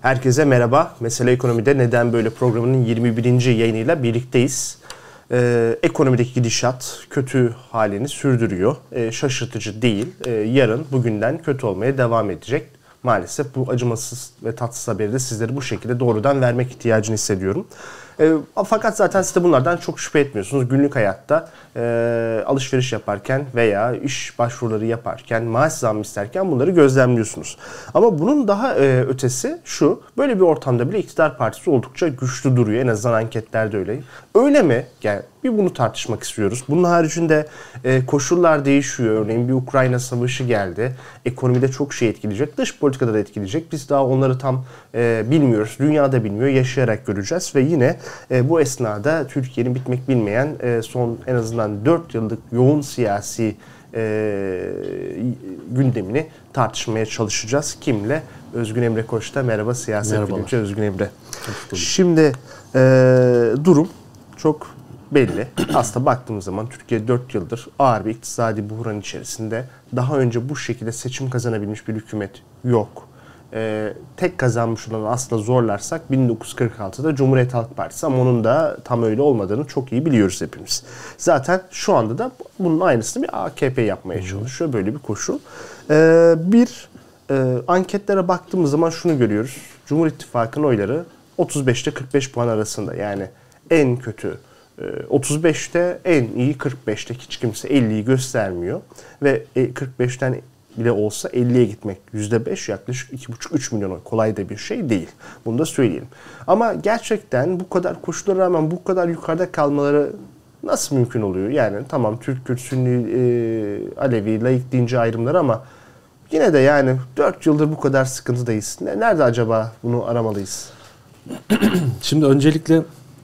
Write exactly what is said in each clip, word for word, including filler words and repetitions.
Herkese merhaba. Mesele Ekonomi'de Neden Böyle programının yirmi birinci yayınıyla birlikteyiz. Ee, ekonomideki gidişat kötü halini sürdürüyor. Ee, şaşırtıcı değil. Ee, yarın bugünden kötü olmaya devam edecek. Maalesef bu acımasız ve tatsız haberi de sizlere bu şekilde doğrudan vermek ihtiyacını hissediyorum. E, fakat zaten siz de bunlardan çok şüphe etmiyorsunuz. Günlük hayatta e, alışveriş yaparken veya iş başvuruları yaparken, maaş zammı isterken bunları gözlemliyorsunuz. Ama bunun daha e, ötesi şu, böyle bir ortamda bile iktidar partisi oldukça güçlü duruyor. En azından anketlerde öyle. Öyle mi? Yani bir bunu tartışmak istiyoruz. Bunun haricinde e, koşullar değişiyor. Örneğin bir Ukrayna savaşı geldi. Ekonomide çok şey etkileyecek. Dış politikada da etkileyecek. Biz daha onları tam e, bilmiyoruz. Dünya da bilmiyor. Yaşayarak göreceğiz ve yine e, bu esnada Türkiye'nin bitmek bilmeyen e, son en azından dört yıllık yoğun siyasi e, gündemini tartışmaya çalışacağız. Kimle? Özgün Emre Koç'ta. Merhaba, siyaset bilimci Özgün Emre. Şimdi e, durum çok belli. Aslında baktığımız zaman Türkiye dört yıldır ağır bir iktisadi buhran içerisinde. Daha önce bu şekilde seçim kazanabilmiş bir hükümet yok. Ee, tek kazanmış olan aslında zorlarsak bin dokuz yüz kırk altıda Cumhuriyet Halk Partisi, ama onun da tam öyle olmadığını çok iyi biliyoruz hepimiz. Zaten şu anda da bunun aynısını bir A K P yapmaya çalışıyor. Böyle bir koşul. Ee, bir e, anketlere baktığımız zaman şunu görüyoruz. Cumhur İttifakı'nın oyları otuz beşte kırk beş puan arasında. Yani en kötü otuz beşte, en iyi kırk beşte, hiç kimse elliyi göstermiyor. Ve kırk beşten bile olsa elliye gitmek yüzde beş, yaklaşık iki buçuk üç milyon oy. Kolay da bir şey değil. Bunu da söyleyelim. Ama gerçekten bu kadar koşullara rağmen bu kadar yukarıda kalmaları nasıl mümkün oluyor? Yani tamam Türk, Kürt, Sünni, e, Alevi, laik, dinci ayrımları, ama yine de yani dört yıldır bu kadar sıkıntıdayız. Nerede acaba bunu aramalıyız? Şimdi öncelikle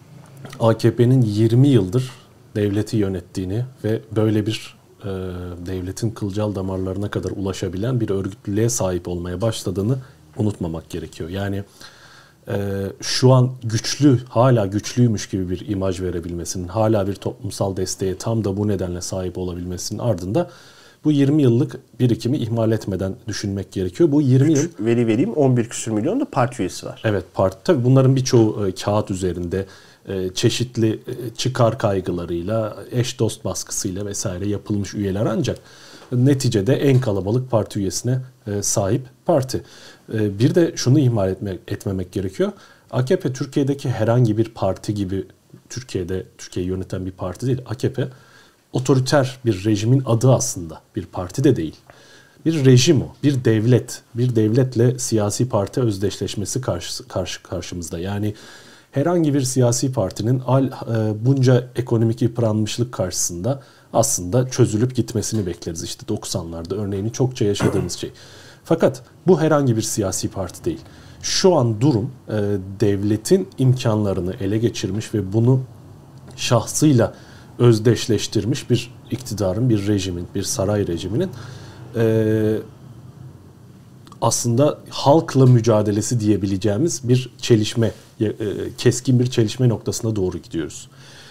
A K P'nin yirmi yıldır devleti yönettiğini ve böyle bir e, devletin kılcal damarlarına kadar ulaşabilen bir örgütlülüğe sahip olmaya başladığını unutmamak gerekiyor. Yani e, şu an güçlü, hala güçlüymüş gibi bir imaj verebilmesinin, hala bir toplumsal desteğe tam da bu nedenle sahip olabilmesinin ardında bu yirmi yıllık birikimi ihmal etmeden düşünmek gerekiyor. Bu yirmi yıl... Veri vereyim, on bir küsur milyon da parti üyesi var. Evet, parti. Tabii bunların birçoğu e, kağıt üzerinde, çeşitli çıkar kaygılarıyla, eş dost baskısıyla vesaire yapılmış üyeler, ancak neticede en kalabalık parti üyesine sahip parti. Bir de şunu ihmal etmek, etmemek gerekiyor. A K P Türkiye'deki herhangi bir parti gibi, Türkiye'de Türkiye'yi yöneten bir parti değil. A K P otoriter bir rejimin adı aslında. Bir parti de değil. Bir rejim o, bir devlet. Bir devletle siyasi parti özdeşleşmesi karşı, karşı karşımızda. Yani herhangi bir siyasi partinin al, e, bunca ekonomik yıpranmışlık karşısında aslında çözülüp gitmesini bekleriz. İşte doksanlarda örneğini çokça yaşadığımız şey. Fakat bu herhangi bir siyasi parti değil. Şu an durum e, devletin imkanlarını ele geçirmiş ve bunu şahsıyla özdeşleştirmiş bir iktidarın, bir rejimin, bir saray rejiminin e, aslında halkla mücadelesi diyebileceğimiz bir çelişme, keskin bir çelişme noktasına doğru gidiyoruz.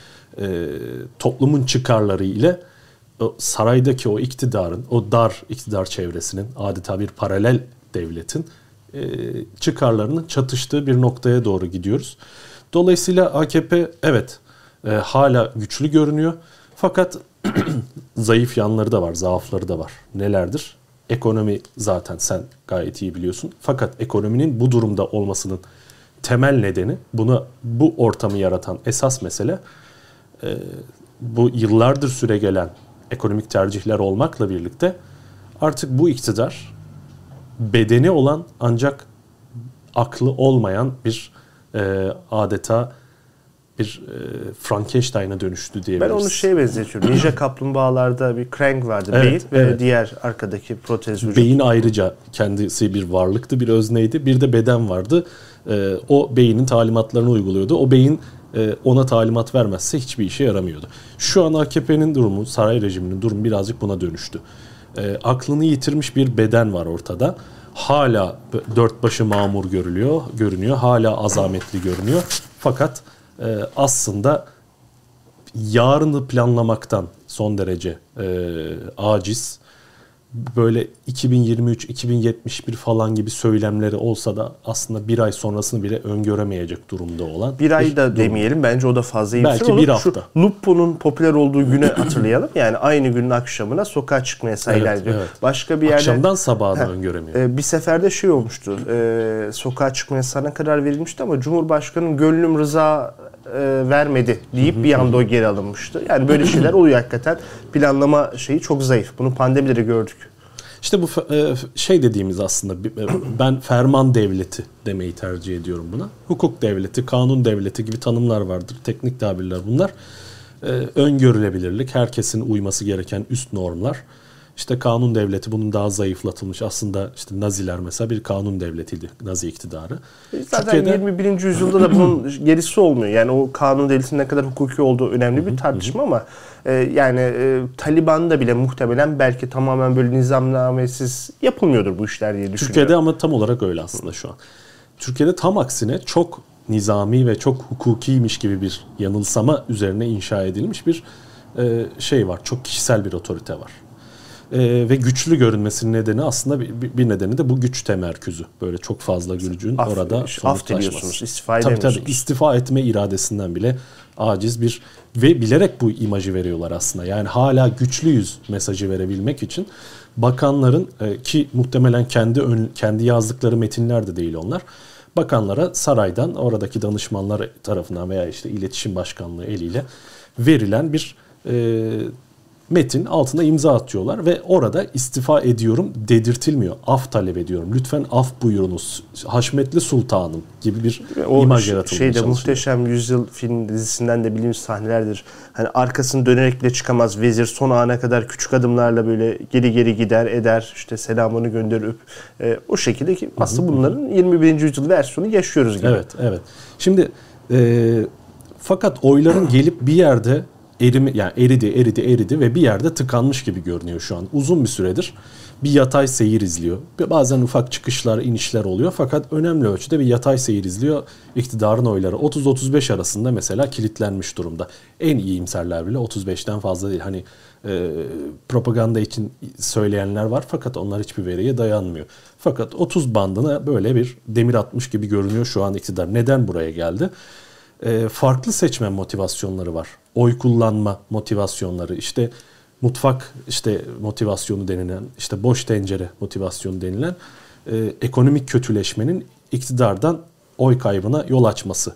Toplumun çıkarları ile saraydaki o iktidarın, o dar iktidar çevresinin, adeta bir paralel devletin çıkarlarının çatıştığı bir noktaya doğru gidiyoruz. Dolayısıyla A K P evet hala güçlü görünüyor, fakat zayıf yanları da var, zaafları da var. Nelerdir? Ekonomi zaten sen gayet iyi biliyorsun. Fakat ekonominin bu durumda olmasının temel nedeni, buna bu ortamı yaratan esas mesele e, bu yıllardır süregelen ekonomik tercihler olmakla birlikte artık bu iktidar bedeni olan ancak aklı olmayan bir e, adeta bir e, Frankenstein'a dönüştü diyebiliriz. Ben onu şeye benzetiyorum. Ninja Kaplumbağalarda bir Krang vardı, evet, beyin ve evet, diğer arkadaki protez vücut. Beyin ayrıca kendisi bir varlıktı, bir özneydi. Bir de beden vardı. E, o beynin talimatlarını uyguluyordu. O beyin e, ona talimat vermezse hiçbir işe yaramıyordu. Şu an A K P'nin durumu, saray rejiminin durumu birazcık buna dönüştü. E, aklını yitirmiş bir beden var ortada. Hala dört başı mamur görülüyor, görünüyor. Hala azametli görünüyor. Fakat e, aslında yarını planlamaktan son derece e, aciz, böyle iki bin yirmi üç iki bin yetmiş bir falan gibi söylemleri olsa da aslında bir ay sonrasını bile öngöremeyecek durumda olan. Bir ay da demeyelim. Bence o da fazla iyimser Belki olur. bir hafta. Şu Lupo'nun popüler olduğu günü hatırlayalım. Yani aynı günün akşamına sokağa çıkma yasağı ilan Evet, ediyor. evet. Başka bir yerde... Akşamdan sabaha da öngöremiyor. E, bir seferde şey olmuştu. E, sokağa çıkma yasağına karar verilmişti ama Cumhurbaşkanı'nın gönlüm rıza e, vermedi deyip bir anda o geri alınmıştı. Yani böyle şeyler oluyor hakikaten. Planlama şeyi çok zayıf. Bunu pandemide gördük. İşte bu şey dediğimiz aslında ben ferman devleti demeyi tercih ediyorum buna. Hukuk devleti, kanun devleti gibi tanımlar vardır. Teknik tabirler bunlar. Öngörülebilirlik, herkesin uyması gereken üst normlar. İşte kanun devleti bunun daha zayıflatılmış. Aslında işte Naziler mesela bir kanun devletiydi. Nazi iktidarı. Zaten Türkiye'de... yirmi birinci yüzyılda da bunun gerisi olmuyor. Yani o kanun devletinin ne kadar hukuki olduğu önemli bir tartışma ama e, yani e, Taliban'da bile muhtemelen belki tamamen böyle nizamnamesiz yapılmıyordur bu işler diye düşünüyorum. Türkiye'de ama tam olarak öyle aslında şu an. Türkiye'de tam aksine çok nizami ve çok hukukiymiş gibi bir yanılsama üzerine inşa edilmiş bir e, şey var. Çok kişisel bir otorite var. Ee, ve güçlü görünmesinin nedeni aslında bir, bir nedeni de bu güç temerküzü. Böyle çok fazla gücün af, orada somutlaşması. İstifa tabii edemiyorsunuz. tabii istifa etme iradesinden bile aciz bir ve bilerek bu imajı veriyorlar aslında. Yani hala güçlüyüz mesajı verebilmek için bakanların e, ki muhtemelen kendi ön, kendi yazdıkları metinler de değil onlar. Bakanlara saraydan oradaki danışmanlar tarafından veya işte iletişim başkanlığı eliyle verilen bir e, metin altına imza atıyorlar ve orada istifa ediyorum dedirtilmiyor. Af talep ediyorum. Lütfen af buyurunuz. Haşmetli Sultanım gibi bir o imaj yaratılmaya şeyde çalışıyor. Muhteşem Yüzyıl film dizisinden de bildiğimiz sahnelerdir. Hani arkasını dönerek bile çıkamaz vezir. Son ana kadar küçük adımlarla böyle geri geri gider eder. İşte selamını gönderip e, o şekilde ki aslında bunların yirmi birinci yüzyıl versiyonu yaşıyoruz gibi. Evet, evet. Şimdi e, fakat oyların gelip bir yerde erimi, yani eridi, eridi, eridi ve bir yerde tıkanmış gibi görünüyor şu an. Uzun bir süredir bir yatay seyir izliyor. Bazen ufak çıkışlar, inişler oluyor fakat önemli ölçüde bir yatay seyir izliyor iktidarın oyları. otuz otuz beş arasında mesela kilitlenmiş durumda. En iyimserler bile otuz beşten fazla değil. Hani e, propaganda için söyleyenler var fakat onlar hiçbir veriye dayanmıyor. Fakat otuz bandına böyle bir demir atmış gibi görünüyor şu an iktidar. Neden buraya geldi? E, farklı seçmen motivasyonları var. Oy kullanma motivasyonları, işte mutfak işte motivasyonu denilen, işte boş tencere motivasyonu denilen e, ekonomik kötüleşmenin iktidardan oy kaybına yol açması.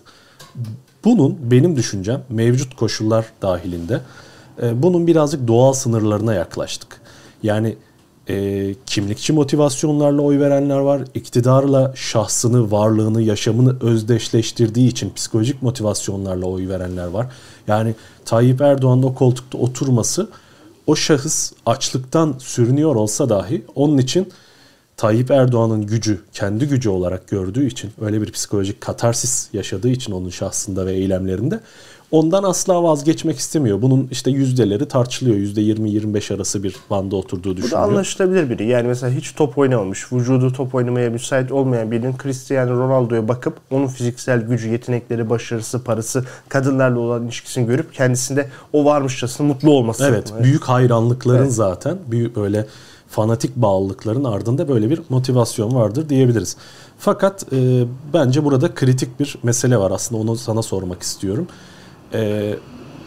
Bunun benim düşüncem mevcut koşullar dahilinde e, bunun birazcık doğal sınırlarına yaklaştık. Yani e, kimlikçi motivasyonlarla oy verenler var. İktidarla şahsını, varlığını, yaşamını özdeşleştirdiği için psikolojik motivasyonlarla oy verenler var. Yani Tayyip Erdoğan'ın o koltukta oturması, o şahıs açlıktan sürünüyor olsa dahi onun için Tayyip Erdoğan'ın gücü, kendi gücü olarak gördüğü için, öyle bir psikolojik katarsis yaşadığı için onun şahsında ve eylemlerinde ondan asla vazgeçmek istemiyor. Bunun işte yüzdeleri tartışılıyor. yüzde yirmi yirmi beş arası bir banda oturduğu düşünülüyor. Bu da anlaşılabilir biri. Yani mesela hiç top oynamamış, vücudu top oynamaya müsait olmayan birinin Cristiano Ronaldo'ya bakıp onun fiziksel gücü, yetenekleri, başarısı, parası, kadınlarla olan ilişkisini görüp kendisinde o varmışçasına mutlu olması. Evet, evet. Büyük hayranlıkların evet. zaten büyük böyle fanatik bağlılıkların ardında böyle bir motivasyon vardır diyebiliriz. Fakat e, bence burada kritik bir mesele var. Aslında onu sana sormak istiyorum. E,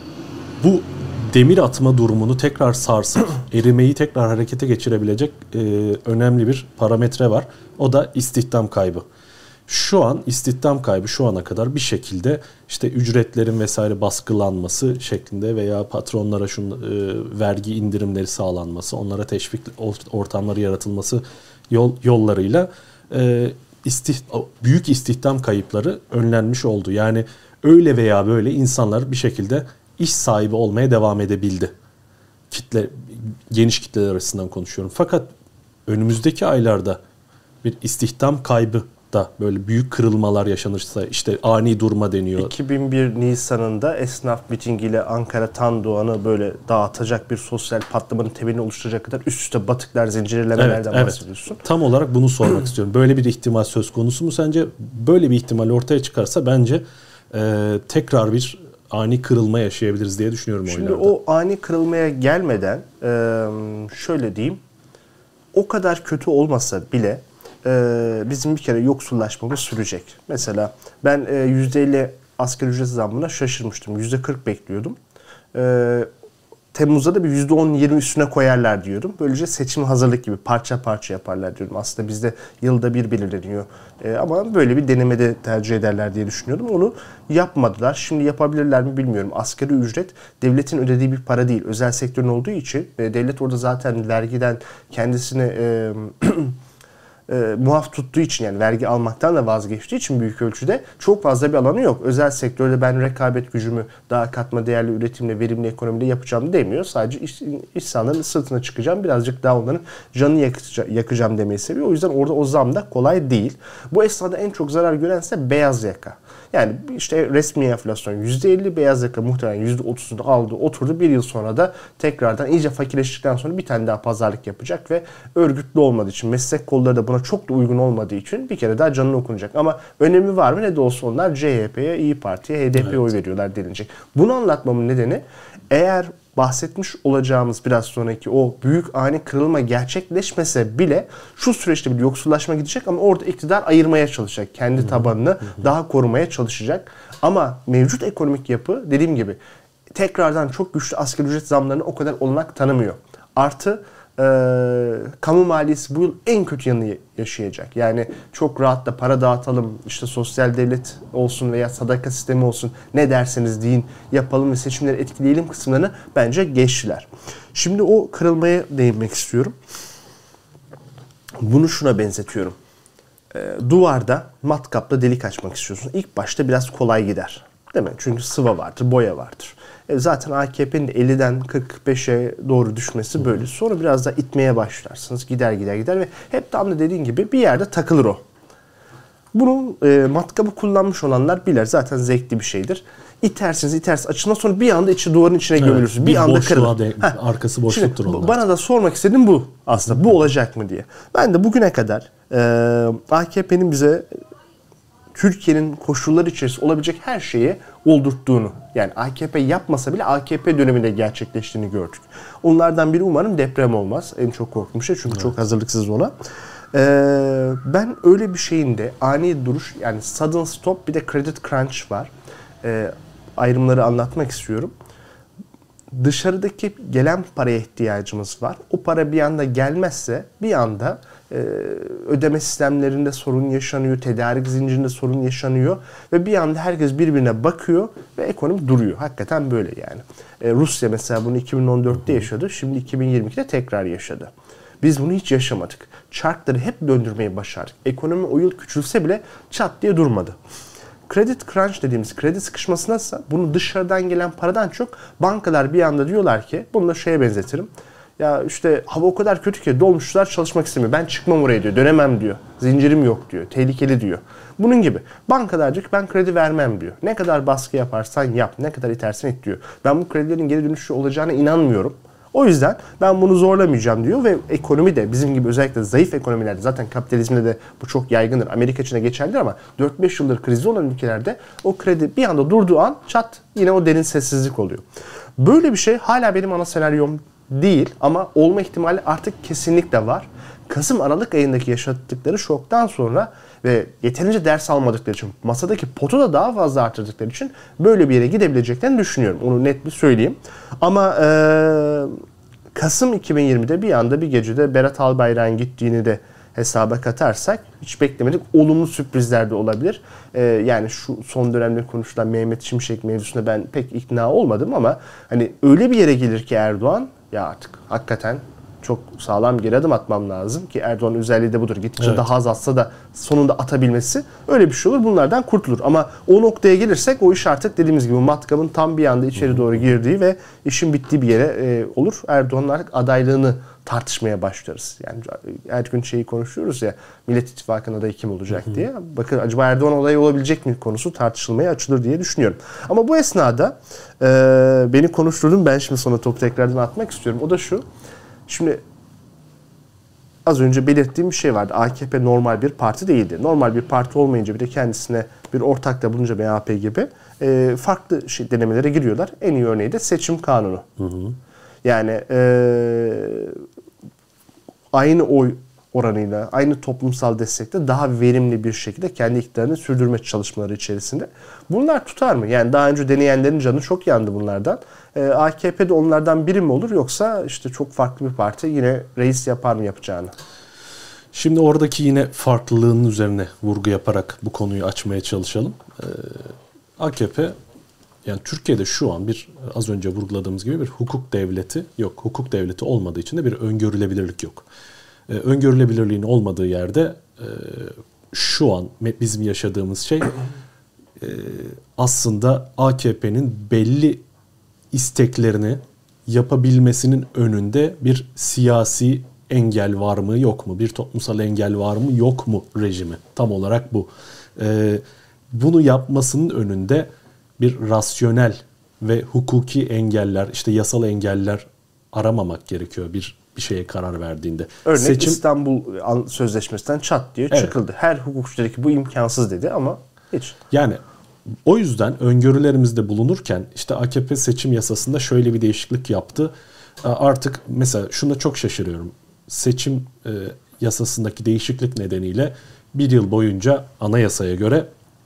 bu demir atma durumunu tekrar sarsıp erimeyi tekrar harekete geçirebilecek e, önemli bir parametre var. O da istihdam kaybı. Şu an istihdam kaybı şu ana kadar bir şekilde işte ücretlerin vesaire baskılanması şeklinde veya patronlara şu e, vergi indirimleri sağlanması, onlara teşvik ortamları yaratılması yol, yollarıyla e, istih, büyük istihdam kayıpları önlenmiş oldu. Yani öyle veya böyle insanlar bir şekilde iş sahibi olmaya devam edebildi. Kitle, geniş kitleler arasından konuşuyorum. Fakat önümüzdeki aylarda bir istihdam kaybı da böyle büyük kırılmalar yaşanırsa, işte ani durma deniyor. iki bin bir Nisan'ında esnaf mitingiyle Ankara Tandoğan'ı böyle dağıtacak bir sosyal patlamanın temelini oluşturacak kadar üst üste batıklar, zincirlemelerden evet, bahsediyorsun. Evet. Tam olarak bunu sormak istiyorum. Böyle bir ihtimal söz konusu mu sence? Böyle bir ihtimal ortaya çıkarsa bence e, tekrar bir ani kırılma yaşayabiliriz diye düşünüyorum Şimdi oylarda. o ani kırılmaya gelmeden e, şöyle diyeyim. o kadar kötü olmasa bile e, bizim bir kere yoksullaşmamız sürecek. Mesela ben e, yüzde elli asgari ücret zammına şaşırmıştım. yüzde kırk bekliyordum. E, Temmuz'da da bir yüzde on yirmi üstüne koyarlar diyorum. Böylece seçim hazırlık gibi parça parça yaparlar diyorum. Aslında bizde yılda bir belirleniyor. Ee, ama böyle bir denemede tercih ederler diye düşünüyordum. Onu yapmadılar. Şimdi yapabilirler mi bilmiyorum. Asgari ücret devletin ödediği bir para değil. Özel sektörün olduğu için e, devlet orada zaten vergiden kendisine e, E, muaf tuttuğu için, yani vergi almaktan da vazgeçtiği için büyük ölçüde çok fazla bir alanı yok. Özel sektörde ben rekabet gücümü daha katma değerli üretimle, verimli ekonomide yapacağım demiyor. Sadece iş, insanların sırtına çıkacağım, birazcık daha onların canını yakacağım, yakacağım demeyi seviyor. O yüzden orada o zam da kolay değil. Bu esnada en çok zarar görense beyaz yaka. Yani işte resmi enflasyon yüzde elli, beyaz yaka muhtemelen yüzde otuzunu aldı, oturdu. Bir yıl sonra da tekrardan iyice fakirleştikten sonra bir tane daha pazarlık yapacak ve örgütlü olmadığı için, meslek kolları da buna çok da uygun olmadığı için bir kere daha canını okunacak. Ama önemi var mı? Ne de olsa onlar C H P'ye, İYİ Parti'ye, H D P'ye evet. oy veriyorlar denilecek. Bunu anlatmamın nedeni, eğer bahsetmiş olacağımız biraz sonraki o büyük ani kırılma gerçekleşmese bile şu süreçte bir yoksullaşma gidecek ama orada iktidar ayırmaya çalışacak. Kendi tabanını daha korumaya çalışacak. Ama mevcut ekonomik yapı dediğim gibi tekrardan çok güçlü asgari ücret zamlarını o kadar olanak tanımıyor. Artı Ee, kamu maliyesi bu yıl en kötü yanını yaşayacak. Yani çok rahat da para dağıtalım, işte sosyal devlet olsun veya sadaka sistemi olsun, ne derseniz deyin yapalım ve seçimleri etkileyelim kısımlarını bence geçtiler. Şimdi o kırılmaya değinmek istiyorum. Bunu şuna benzetiyorum. Ee, duvarda matkapla delik açmak istiyorsun. İlk başta biraz kolay gider. Değil mi? Çünkü sıva vardır, boya vardır. E zaten A K P'nin de elliden kırk beşe doğru düşmesi böyle. Sonra biraz daha itmeye başlarsınız. Gider gider gider ve hep tam da dediğin gibi bir yerde takılır o. Bunun e, matkabı kullanmış olanlar bilir. Zaten zevkli bir şeydir. İtersiniz, itersiniz. Açılma sonra bir anda içi duvarın içine evet, gömülürsünüz. Bir, bir anda kırılır. De, arkası boşluktur onlar. Bana da sormak istediğim bu aslında. Bu olacak mı diye. Ben de bugüne kadar e, A K P'nin bize Türkiye'nin koşulları içerisinde olabilecek her şeyi oldurttuğunu, yani A K P yapmasa bile A K P döneminde gerçekleştiğini gördük. Onlardan biri umarım deprem olmaz. En çok korktuğum şey, çünkü evet. çok hazırlıksız ona. Ee, ben öyle bir şeyin de ani duruş, yani sudden stop, bir de credit crunch var. Ee, ayrımları anlatmak istiyorum. Dışarıdaki gelen paraya ihtiyacımız var. O para bir anda gelmezse bir anda e, ödeme sistemlerinde sorun yaşanıyor, tedarik zincirinde sorun yaşanıyor ve bir anda herkes birbirine bakıyor ve ekonomi duruyor. Hakikaten böyle yani. E, Rusya mesela bunu iki bin on dörtte yaşadı, şimdi iki bin yirmi ikide tekrar yaşadı. Biz bunu hiç yaşamadık. Çarkları hep döndürmeyi başardık. Ekonomi o yıl küçülse bile çat diye durmadı. Credit crunch dediğimiz kredi sıkışması nasılsa, bunu dışarıdan gelen paradan çok bankalar bir anda diyorlar ki, bunu da şeye benzetirim. Ya işte hava o kadar kötü ki dolmuşçular çalışmak istemiyor. Ben çıkmam oraya diyor. Dönemem diyor. Zincirim yok diyor. Tehlikeli diyor. Bunun gibi. Bankalar diyor ki ben kredi vermem diyor. Ne kadar baskı yaparsan yap. Ne kadar itersen et diyor. Ben bu kredilerin geri dönüşü olacağına inanmıyorum. O yüzden ben bunu zorlamayacağım diyor ve ekonomi de bizim gibi özellikle zayıf ekonomilerde, zaten kapitalizmde de bu çok yaygındır. Amerika için de geçerlidir ama dört beş yıldır krizi olan ülkelerde o kredi bir anda durduğu an çat yine o derin sessizlik oluyor. Böyle bir şey hala benim ana senaryom değil ama olma ihtimali artık kesinlikle var. Kasım-Aralık ayındaki yaşadıkları şoktan sonra ve yeterince ders almadıkları için, masadaki potu da daha fazla artırdıkları için böyle bir yere gidebileceklerini düşünüyorum. Onu net bir söyleyeyim. Ama e, Kasım iki bin yirmide bir anda bir gecede Berat Albayrak'ın gittiğini de hesaba katarsak hiç beklemedik olumlu sürprizler de olabilir. Ee, yani şu son dönemde konuşulan Mehmet Şimşek mevzusunda ben pek ikna olmadım ama hani öyle bir yere gelir ki Erdoğan, ya artık hakikaten çok sağlam geri adım atmam lazım ki Erdoğan özelliği de budur. Gittikçe evet. daha az atsa da sonunda atabilmesi, öyle bir şey olur. Bunlardan kurtulur. Ama o noktaya gelirsek o iş artık dediğimiz gibi matkabın tam bir anda içeri doğru girdiği ve işin bittiği bir yere e, olur. Erdoğan'ın artık adaylığını tartışmaya başlarız. Yani her gün şeyi konuşuyoruz ya, Millet İttifakı'nın adayı kim olacak hı hı. diye. Bakın acaba Erdoğan adayı olabilecek mi konusu tartışılmaya açılır diye düşünüyorum. Ama bu esnada e, beni konuşturdun, ben şimdi sonra topu tekrardan atmak istiyorum. O da şu. Şimdi az önce belirttiğim bir şey vardı. A K P normal bir parti değildi. Normal bir parti olmayınca, bir de kendisine bir ortakta bulunca M H P gibi e, farklı şey, denemelere giriyorlar. En iyi örneği de seçim kanunu. Hı hı. Yani e, aynı oy oranıyla, aynı toplumsal destekte daha verimli bir şekilde kendi iktidarını sürdürme çalışmaları içerisinde. Bunlar tutar mı? Yani daha önce deneyenlerin canı çok yandı bunlardan. Ee, A K P de onlardan biri mi olur yoksa işte çok farklı bir parti yine reis yapar mı yapacağını? Şimdi oradaki yine farklılığın üzerine vurgu yaparak bu konuyu açmaya çalışalım. Ee, A K P yani Türkiye'de şu an bir az önce vurguladığımız gibi bir hukuk devleti yok. Hukuk devleti olmadığı için de bir öngörülebilirlik yok. Ee, öngörülebilirliğin olmadığı yerde e, şu an bizim yaşadığımız şey e, aslında A K P'nin belli isteklerini yapabilmesinin önünde bir siyasi engel var mı yok mu? Bir toplumsal engel var mı yok mu rejimi? Tam olarak bu. Ee, bunu yapmasının önünde bir rasyonel ve hukuki engeller, işte yasal engeller aramamak gerekiyor bir bir şeye karar verdiğinde. Örnek Seçim... İstanbul Sözleşmesi'nden çat diye evet. çıkıldı. Her hukukçu dedi ki bu imkansız dedi ama hiç. Yani o yüzden öngörülerimizde bulunurken işte A K P seçim yasasında şöyle bir değişiklik yaptı. Artık mesela şuna çok şaşırıyorum. Seçim e, yasasındaki değişiklik nedeniyle bir yıl boyunca anayasaya göre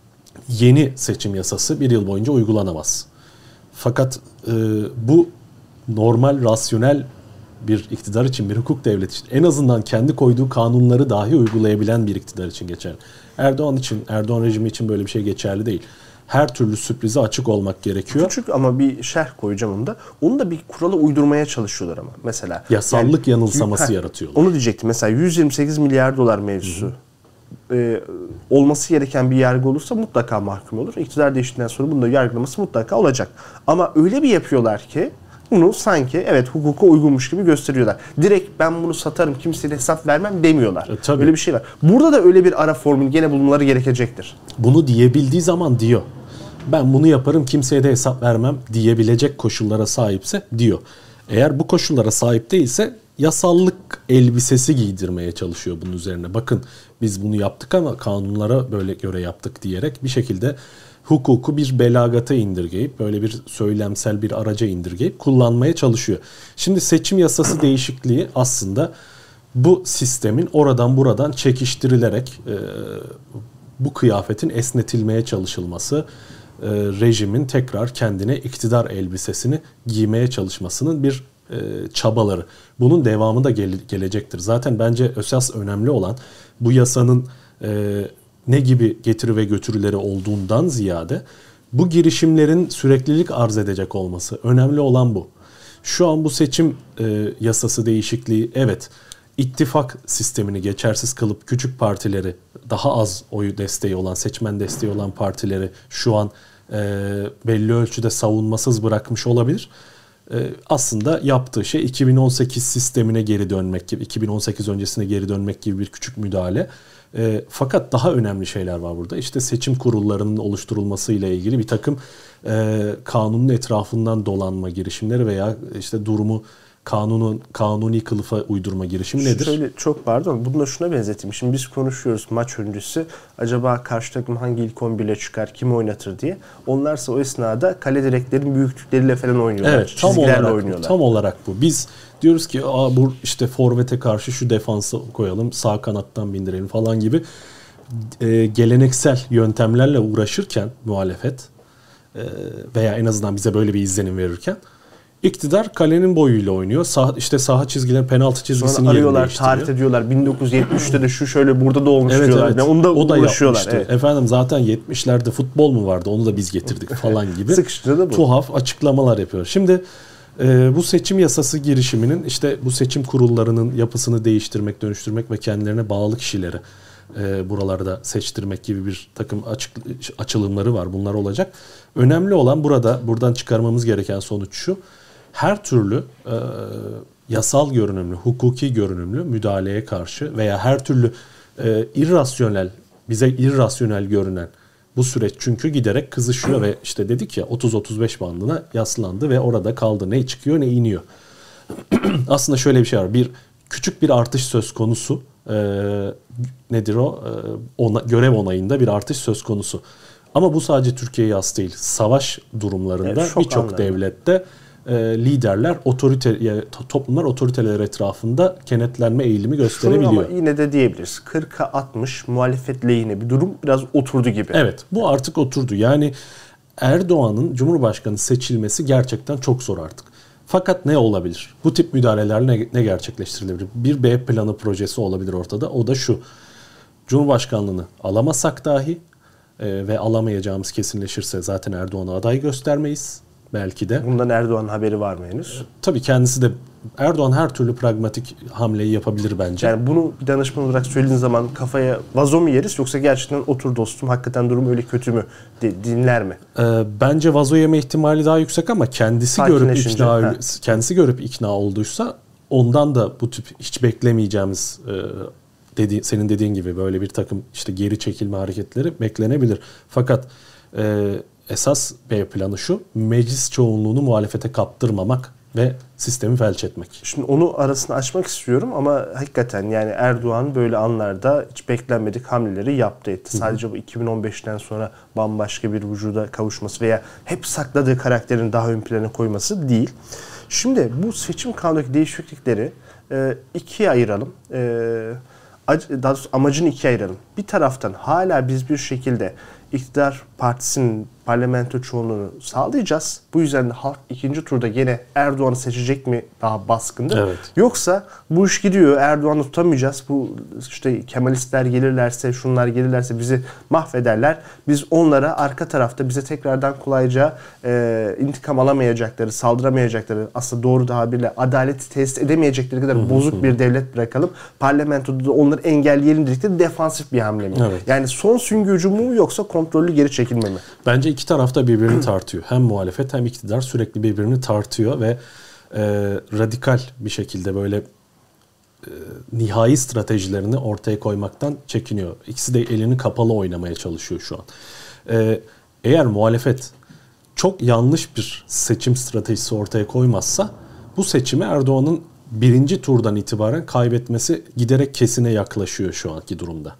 yeni seçim yasası bir yıl boyunca uygulanamaz. Fakat e, bu normal, rasyonel bir iktidar için, bir hukuk devleti için en azından kendi koyduğu kanunları dahi uygulayabilen bir iktidar için geçerli. Erdoğan için, Erdoğan rejimi için böyle bir şey geçerli değil. Her türlü sürprize açık olmak gerekiyor. Küçük ama bir şerh koyacağım onu da. Onu da bir kurala uydurmaya çalışıyorlar ama. Mesela yasallık yani, yanılsaması heh, yaratıyorlar. Onu diyecektim. Mesela yüz yirmi sekiz milyar dolar mevzusu. Ee, olması gereken bir yargı olursa mutlaka mahkum olur. İktidar değiştikten sonra bunu da yargılaması mutlaka olacak. Ama öyle bir yapıyorlar ki bunu sanki evet hukuka uygunmuş gibi gösteriyorlar. Direkt ben bunu satarım kimseye hesap vermem demiyorlar. E, tabii. Öyle bir şey var. Burada da öyle bir ara formül gene bulunmaları gerekecektir. Bunu diyebildiği zaman diyor. Ben bunu yaparım kimseye de hesap vermem diyebilecek koşullara sahipse diyor. Eğer bu koşullara sahip değilse yasallık elbisesi giydirmeye çalışıyor bunun üzerine. Bakın biz bunu yaptık ama kanunlara böyle göre yaptık diyerek bir şekilde hukuku bir belagata indirgeyip böyle bir söylemsel bir araca indirgeyip kullanmaya çalışıyor. Şimdi seçim yasası değişikliği aslında bu sistemin oradan buradan çekiştirilerek e, bu kıyafetin esnetilmeye çalışılması, e, rejimin tekrar kendine iktidar elbisesini giymeye çalışmasının bir e, çabaları. Bunun devamı da gele, gelecektir. Zaten bence esas önemli olan bu yasanın e, ne gibi getiri ve götürüleri olduğundan ziyade bu girişimlerin süreklilik arz edecek olması. Önemli olan bu. Şu an bu seçim e, yasası değişikliği evet ittifak sistemini geçersiz kılıp küçük partileri, daha az oyu desteği olan, seçmen desteği olan partileri şu an e, belli ölçüde savunmasız bırakmış olabilir. E, aslında yaptığı şey iki bin on sekiz sistemine geri dönmek gibi, iki bin on sekiz öncesine geri dönmek gibi bir küçük müdahale. E, fakat daha önemli şeyler var burada. İşte seçim kurullarının oluşturulmasıyla ilgili bir takım e, kanunun etrafından dolanma girişimleri veya işte durumu kanunun kanuni kılıfa uydurma girişimi nedir? Şöyle çok pardon. Bunu da şuna benzeteyim. Şimdi biz konuşuyoruz maç öncesi. Acaba karşı takım hangi ilk on bir ile çıkar, kimi oynatır diye. Onlarsa o esnada kale direklerin büyüklükleriyle falan oynuyorlar. Evet, tam olarak, oynuyorlar. Tam olarak bu. Biz diyoruz ki Aa, bu işte forvete karşı şu defansı koyalım, sağ kanattan bindirelim falan gibi e, geleneksel yöntemlerle uğraşırken muhalefet e, veya en azından bize böyle bir izlenim verirken İktidar kalenin boyuyla oynuyor. Sah, işte saha çizgileri, penaltı çizgisini yerini arıyorlar, değiştiriyor. tarif ediyorlar. bin dokuz yüz yetmişte de şu şöyle burada da olmuş evet, diyorlar. Evet. Yani onu da, o da ulaşıyorlar. Evet. Efendim zaten yetmişlerde futbol mu vardı? Onu da biz getirdik falan gibi. Sıkıştırdı da bu. Tuhaf açıklamalar yapıyor. Şimdi e, bu seçim yasası girişiminin işte bu seçim kurullarının yapısını değiştirmek, dönüştürmek ve kendilerine bağlı kişileri e, buralarda seçtirmek gibi bir takım açık, açılımları var. Bunlar olacak. Önemli olan burada buradan çıkarmamız gereken sonuç şu. Her türlü e, yasal görünümlü, hukuki görünümlü müdahaleye karşı veya her türlü e, irrasyonel, bize irrasyonel görünen bu süreç çünkü giderek kızışıyor ve işte dedik ya otuz otuz beş bandına yaslandı ve orada kaldı. Ne çıkıyor ne iniyor. Aslında şöyle bir şey var. Bir küçük bir artış söz konusu. E, nedir o? E, ona, görev onayında bir artış söz konusu. Ama bu sadece Türkiye'ye has değil. Savaş durumlarında evet, birçok devlette e, liderler, otorite, toplumlar otoriteler etrafında kenetlenme eğilimi gösterebiliyor. Ama yine de diyebiliriz. kırka altmış muhalefet lehine bir durum biraz oturdu gibi. Evet, bu artık oturdu. Yani Erdoğan'ın Cumhurbaşkanı seçilmesi gerçekten çok zor artık. Fakat ne olabilir? Bu tip müdahaleler ne, ne gerçekleştirilebilir? Bir B planı projesi olabilir ortada. O da şu. Cumhurbaşkanlığını alamasak dahi e, ve alamayacağımız kesinleşirse zaten Erdoğan'a aday göstermeyiz. Belki de. Bundan Erdoğan'ın haberi var mı henüz? Tabii kendisi de, Erdoğan her türlü pragmatik hamleyi yapabilir bence. Yani bunu bir danışman olarak söylediğin zaman kafaya vazo mu yeriz yoksa gerçekten otur dostum hakikaten durum öyle kötü mü dinler mi? Ee, bence vazo yeme ihtimali daha yüksek ama kendisi görüp ikna kendisi görüp ikna olduysa ondan da bu tip hiç beklemeyeceğimiz e, dedi, senin dediğin gibi böyle bir takım işte geri çekilme hareketleri beklenebilir. Fakat e, esas B planı şu: meclis çoğunluğunu muhalefete kaptırmamak ve sistemi felç etmek. Şimdi onu arasını açmak istiyorum ama hakikaten yani Erdoğan böyle anlarda hiç beklenmedik hamleleri yaptı etti. Hı hı. Sadece bu iki bin on beşten sonra bambaşka bir vücuda kavuşması veya hep sakladığı karakterin daha ön plana koyması değil. Şimdi bu seçim kanunundaki değişiklikleri e, ikiye ayıralım. E, daha doğrusu amacını ikiye ayıralım. Bir taraftan hala biz bir şekilde iktidar partisinin parlamento çoğunluğunu sağlayacağız. Bu yüzden de halk ikinci turda yine Erdoğan'ı seçecek mi daha baskındır? Evet. Yoksa bu iş gidiyor, Erdoğan'ı tutamayacağız. Bu işte Kemalistler gelirlerse, şunlar gelirlerse bizi mahvederler. Biz onlara arka tarafta bize tekrardan kolayca e, intikam alamayacakları, saldıramayacakları, aslında doğru tabirle adaleti tesis edemeyecekleri kadar hı hı, bozuk hı. bir devlet bırakalım. Parlamentoda da onları engelleyelim dedikleri defansif bir hamle mi? Evet. Yani son süngü hücumu mu yoksa kontrollü geri çekilme mi? Bence iki taraf da birbirini tartıyor. Hem muhalefet hem iktidar sürekli birbirini tartıyor ve e, radikal bir şekilde böyle e, nihai stratejilerini ortaya koymaktan çekiniyor. İkisi de elini kapalı oynamaya çalışıyor şu an. E, eğer muhalefet çok yanlış bir seçim stratejisi ortaya koymazsa bu seçimi Erdoğan'ın birinci turdan itibaren kaybetmesi giderek kesine yaklaşıyor şu anki durumda.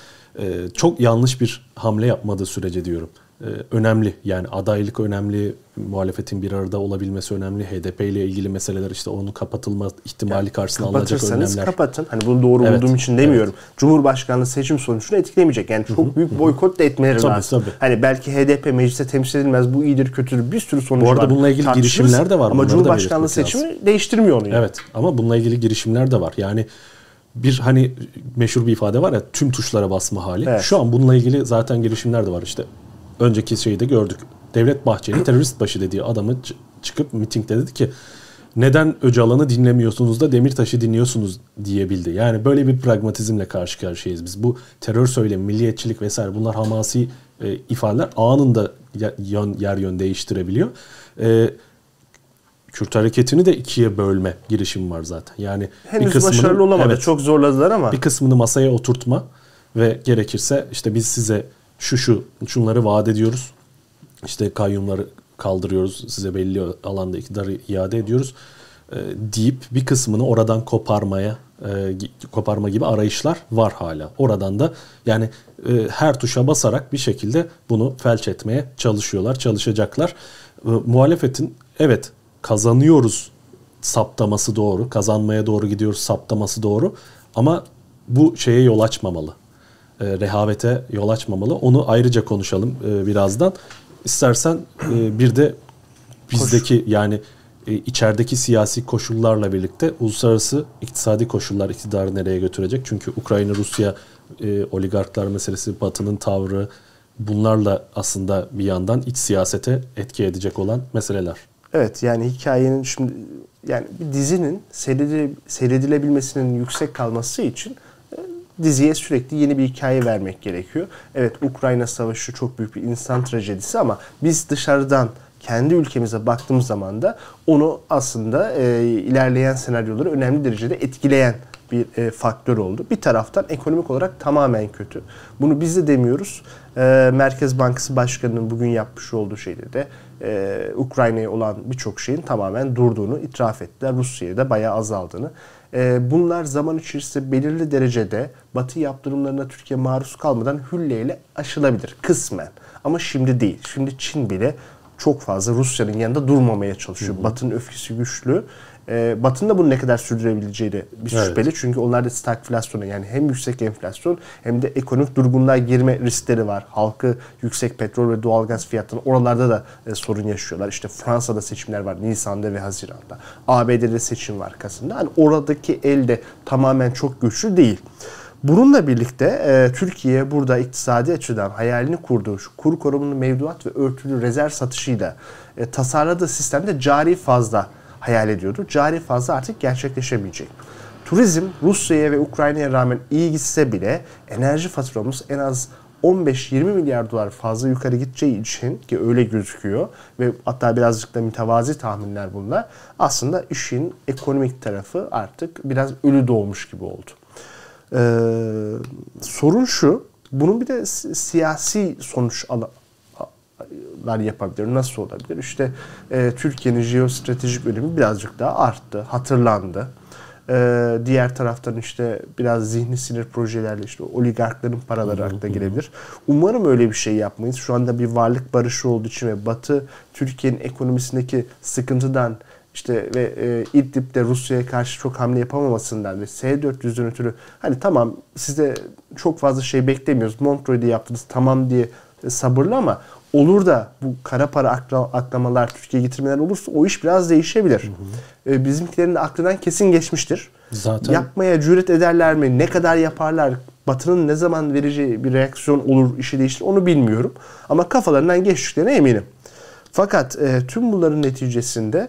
E, çok yanlış bir hamle yapmadığı sürece diyorum. Önemli. Yani adaylık önemli, muhalefetin bir arada olabilmesi önemli, H D P ile ilgili meseleler işte onun kapatılma ihtimali yani karşısına alınacak önlemler. Kapatırsanız kapatın. Hani bunu doğru evet, bulduğum için demiyorum. Evet. Cumhurbaşkanlığı seçim sonucunu etkilemeyecek. Yani çok Hı-hı. büyük boykot da etmeleri tabii, lazım. Tabii. Hani belki H D P meclise temsil edilmez, bu iyidir kötüdür bir sürü sonuç var. Bu arada bununla ilgili girişimler de var. Ama Cumhurbaşkanlığı seçimi lazım. Değiştirmiyor onu. Yani. Evet ama bununla ilgili girişimler de var. Yani bir hani meşhur bir ifade var ya, tüm tuşlara basma hali. Evet. Şu an bununla ilgili zaten girişimler de var işte. Önceki şeyi de gördük. Devlet Bahçeli terörist başı dediği adamı çıkıp mitingde dedi ki neden Öcalan'ı dinlemiyorsunuz da Demirtaş'ı dinliyorsunuz diyebildi. Yani böyle bir pragmatizmle karşı karşıyayız biz. Bu terör söylemi, milliyetçilik vesaire bunlar hamasi e, ifadeler anında yön, yer yön değiştirebiliyor. E, Kürt hareketini de ikiye bölme girişimi var zaten. Yani henüz bir kısmını, başarılı olamadı. Evet, çok zorladılar ama. Bir kısmını masaya oturtma ve gerekirse işte biz size şu şu şunları vaat ediyoruz. İşte kayyumları kaldırıyoruz. Size belli alanda iktidarı iade ediyoruz. E, deyip bir kısmını oradan koparmaya e, koparma gibi arayışlar var hala. Oradan da yani e, her tuşa basarak bir şekilde bunu felç etmeye çalışıyorlar, çalışacaklar. E, muhalefetin evet kazanıyoruz saptaması doğru. Kazanmaya doğru gidiyoruz saptaması doğru. Ama bu şeye yol açmamalı. E, rehavete yol açmamalı. Onu ayrıca konuşalım e, birazdan. İstersen e, bir de bizdeki Koş. yani e, içerideki siyasi koşullarla birlikte uluslararası iktisadi koşullar iktidarı nereye götürecek? Çünkü Ukrayna, Rusya, e, oligarklar meselesi, Batı'nın tavrı bunlarla aslında bir yandan iç siyasete etki edecek olan meseleler. Evet yani hikayenin şimdi yani bir dizinin seyredilebilmesinin yüksek kalması için diziye sürekli yeni bir hikaye vermek gerekiyor. Evet Ukrayna Savaşı çok büyük bir insan trajedisi ama biz dışarıdan kendi ülkemize baktığımız zaman da onu aslında e, ilerleyen senaryoları önemli derecede etkileyen bir e, faktör oldu. Bir taraftan ekonomik olarak tamamen kötü. Bunu biz de demiyoruz. E, Merkez Bankası Başkanı'nın bugün yapmış olduğu şeyde de e, Ukrayna'ya olan birçok şeyin tamamen durduğunu itiraf ettiler. Rusya'ya da bayağı azaldığını. E, bunlar zaman içerisinde belirli derecede Batı yaptırımlarına Türkiye maruz kalmadan hülleyle aşılabilir kısmen. Ama şimdi değil. Şimdi Çin bile çok fazla Rusya'nın yanında durmamaya çalışıyor. Hı hı. Batı'nın öfkesi güçlü. Ee, Batı'nın da bunu ne kadar sürdürebileceği de bir evet. şüpheli. Çünkü onlarda stagflasyona, yani hem yüksek enflasyon hem de ekonomik durgunluğa girme riskleri var. Halkı yüksek petrol ve doğalgaz fiyatlarının oralarda da e, sorun yaşıyorlar. İşte Fransa'da seçimler var Nisan'da ve Haziran'da. A B D'de seçim var Kasım'da. Hani oradaki el de tamamen çok güçlü değil. Bununla birlikte e, Türkiye burada iktisadi açıdan hayalini kurduğu şu kur korumalı mevduat ve örtülü rezerv satışıyla e, tasarladığı sistemde cari fazla hayal ediyordu. Cari fazla artık gerçekleşemeyecek. Turizm Rusya'ya ve Ukrayna'ya rağmen iyi gitse bile enerji faturamız en az on beş yirmi milyar dolar fazla yukarı gideceği için, ki öyle gözüküyor ve hatta birazcık da mütevazi tahminler bunlar, aslında işin ekonomik tarafı artık biraz ölü doğmuş gibi oldu. Ee, sorun şu, bunun bir de siyasi sonuçlar yapabilir. Nasıl olabilir? İşte e, Türkiye'nin jeostratejik önemi birazcık daha arttı, hatırlandı. Ee, diğer taraftan işte biraz zihni sinir projelerle işte oligarkların paraları akla gelebilir. Umarım öyle bir şey yapmayız. Şu anda bir varlık barışı olduğu için ve Batı Türkiye'nin ekonomisindeki sıkıntıdan İşte ve e, İdlib'de Rusya'ya karşı çok hamle yapamamasından ve S dört yüzden ötürü hani tamam size çok fazla şey beklemiyoruz. Montreux'de yaptınız tamam diye e, sabırlı ama olur da bu kara para aklamalar, Türkiye'ye getirmeler olursa o iş biraz değişebilir. Hı hı. E, bizimkilerin de aklından kesin geçmiştir. Zaten yapmaya cüret ederler mi? Ne kadar yaparlar? Batı'nın ne zaman vereceği bir reaksiyon olur, işi değiştirir onu bilmiyorum. Ama kafalarından geçtiklerine eminim. Fakat e, tüm bunların neticesinde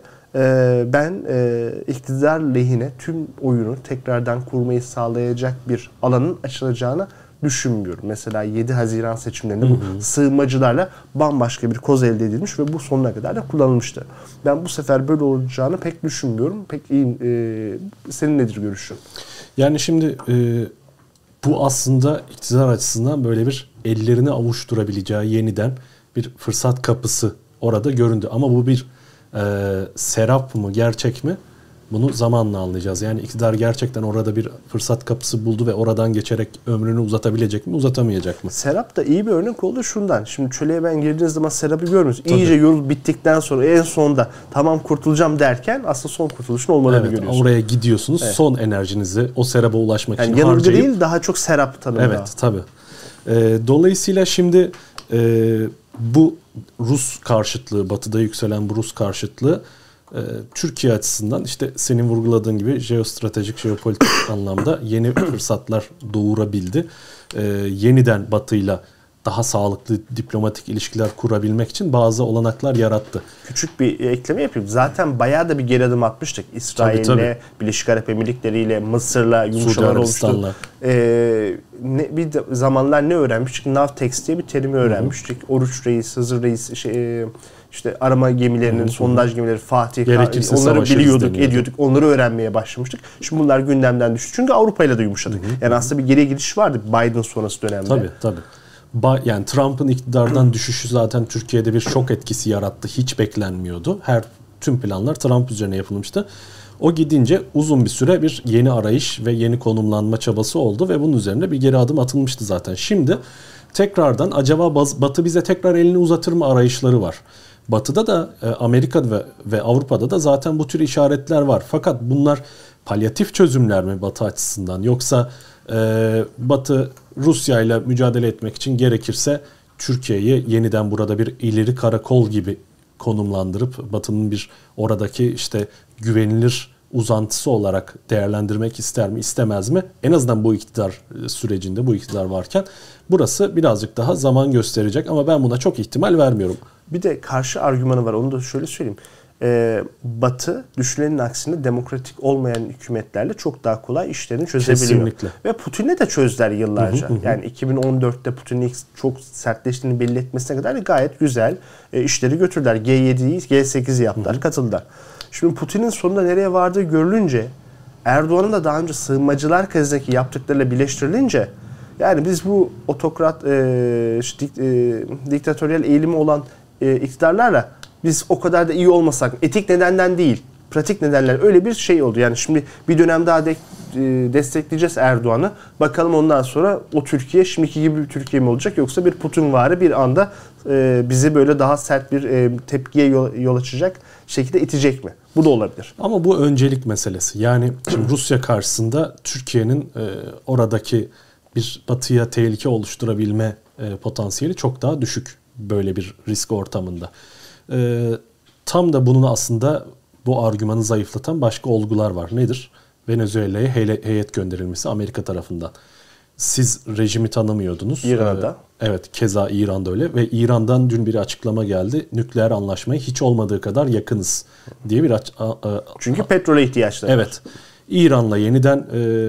ben iktidar lehine tüm oyunu tekrardan kurmayı sağlayacak bir alanın açılacağını düşünmüyorum. Mesela yedi Haziran seçimlerinde bu hı hı. sığınmacılarla bambaşka bir koz elde edilmiş ve bu sonuna kadar da kullanılmıştı. Ben bu sefer böyle olacağını pek düşünmüyorum. Pek iyi. E, senin nedir görüşün? Yani şimdi e, bu aslında iktidar açısından böyle bir ellerini avuşturabileceği yeniden bir fırsat kapısı orada göründü. Ama bu bir Ee, serap mı, gerçek mi? Bunu zamanla anlayacağız. Yani iktidar gerçekten orada bir fırsat kapısı buldu ve oradan geçerek ömrünü uzatabilecek mi, uzatamayacak mı? Serap da iyi bir örnek oldu şundan. Şimdi çöleğe ben girdiğiniz zaman Serap'ı görmüyorsunuz. İyice yol bittikten sonra en sonunda tamam kurtulacağım derken aslında son kurtuluşun olmadığını evet, görüyorsunuz. Oraya gidiyorsunuz. Evet. Son enerjinizi o Serap'a ulaşmak yani için harcayıp. Yanılgı değil daha çok Serap tanımı. Evet tabii. Ee, dolayısıyla şimdi e, bu Rus karşıtlığı, Batı'da yükselen bu Rus karşıtlığı e, Türkiye açısından işte senin vurguladığın gibi jeostratejik, jeopolitik anlamda yeni fırsatlar doğurabildi. E, yeniden Batı'yla daha sağlıklı diplomatik ilişkiler kurabilmek için bazı olanaklar yarattı. Küçük bir ekleme yapayım. Zaten bayağı da bir geri adım atmıştık. İsrail'le, Birleşik Arap Emirlikleri'yle, Mısır'la yumuşamalar olmuştu. Ee, ne, bir de zamanlar ne öğrenmiştik? Navtex diye bir terimi öğrenmiştik. Hı hı. Oruç Reis, Hızır Reis, şey, işte arama gemilerinin, hı hı. sondaj gemileri, Fatih, gerekirse onları biliyorduk, ediyorduk. Onları öğrenmeye başlamıştık. Şimdi bunlar gündemden düştü. Çünkü Avrupa'yla da yumuşadık. Hı hı. Yani aslında bir geriye gidiş vardı Biden sonrası dönemde. Tabii, tabii. Yani Trump'ın iktidardan düşüşü zaten Türkiye'de bir şok etkisi yarattı. Hiç beklenmiyordu. Her tüm planlar Trump üzerine yapılmıştı. O gidince uzun bir süre bir yeni arayış ve yeni konumlanma çabası oldu ve bunun üzerine bir geri adım atılmıştı zaten. Şimdi tekrardan acaba Batı bize tekrar elini uzatır mı arayışları var. Batı'da da Amerika'da ve, ve Avrupa'da da zaten bu tür işaretler var. Fakat bunlar palyatif çözümler mi Batı açısından, yoksa e, Batı Rusya ile mücadele etmek için gerekirse Türkiye'yi yeniden burada bir ileri karakol gibi konumlandırıp Batı'nın bir oradaki işte güvenilir uzantısı olarak değerlendirmek ister mi, istemez mi? En azından bu iktidar sürecinde, bu iktidar varken burası birazcık daha zaman gösterecek ama ben buna çok ihtimal vermiyorum. Bir de karşı argümanı var. Onu da şöyle söyleyeyim. Ee, Batı düşünenin aksine demokratik olmayan hükümetlerle çok daha kolay işlerini çözebiliyor. Kesinlikle. Ve Putin'le de çözdüler yıllarca. Hı hı hı. Yani iki bin on dörtte Putin'in ilk çok sertleştiğini belli etmesine kadar gayet güzel e, işleri götürdüler. G yediyi, G sekizi yaptılar, hı hı. katıldılar. Şimdi Putin'in sonunda nereye vardığı görülünce, Erdoğan'ın da daha önce sığınmacılar krizindeki yaptıklarıyla birleştirilince, yani biz bu otokrat, e, işte, e, diktatöryel eğilimi olan e, iktidarlarla biz o kadar da iyi olmasak, etik nedenden değil, pratik nedenler öyle bir şey oldu. Yani şimdi bir dönem daha de destekleyeceğiz Erdoğan'ı. Bakalım ondan sonra o Türkiye şimdiki gibi bir Türkiye mi olacak yoksa bir Putinvari bir anda bizi böyle daha sert bir tepkiye yol açacak şekilde itecek mi? Bu da olabilir. Ama bu öncelik meselesi. Yani şimdi Rusya karşısında Türkiye'nin oradaki bir batıya tehlike oluşturabilme potansiyeli çok daha düşük böyle bir risk ortamında. Tam da bunun aslında bu argümanı zayıflatan başka olgular var. Nedir? Venezuela'ya heyet gönderilmesi Amerika tarafından. Siz rejimi tanımıyordunuz. İran'da. Ee, evet, keza İran'da öyle ve İran'dan dün bir açıklama geldi. Nükleer anlaşmaya hiç olmadığı kadar yakınız diye bir aç- a- a- Çünkü petrole ihtiyaçları var. Evet. İran'la yeniden e,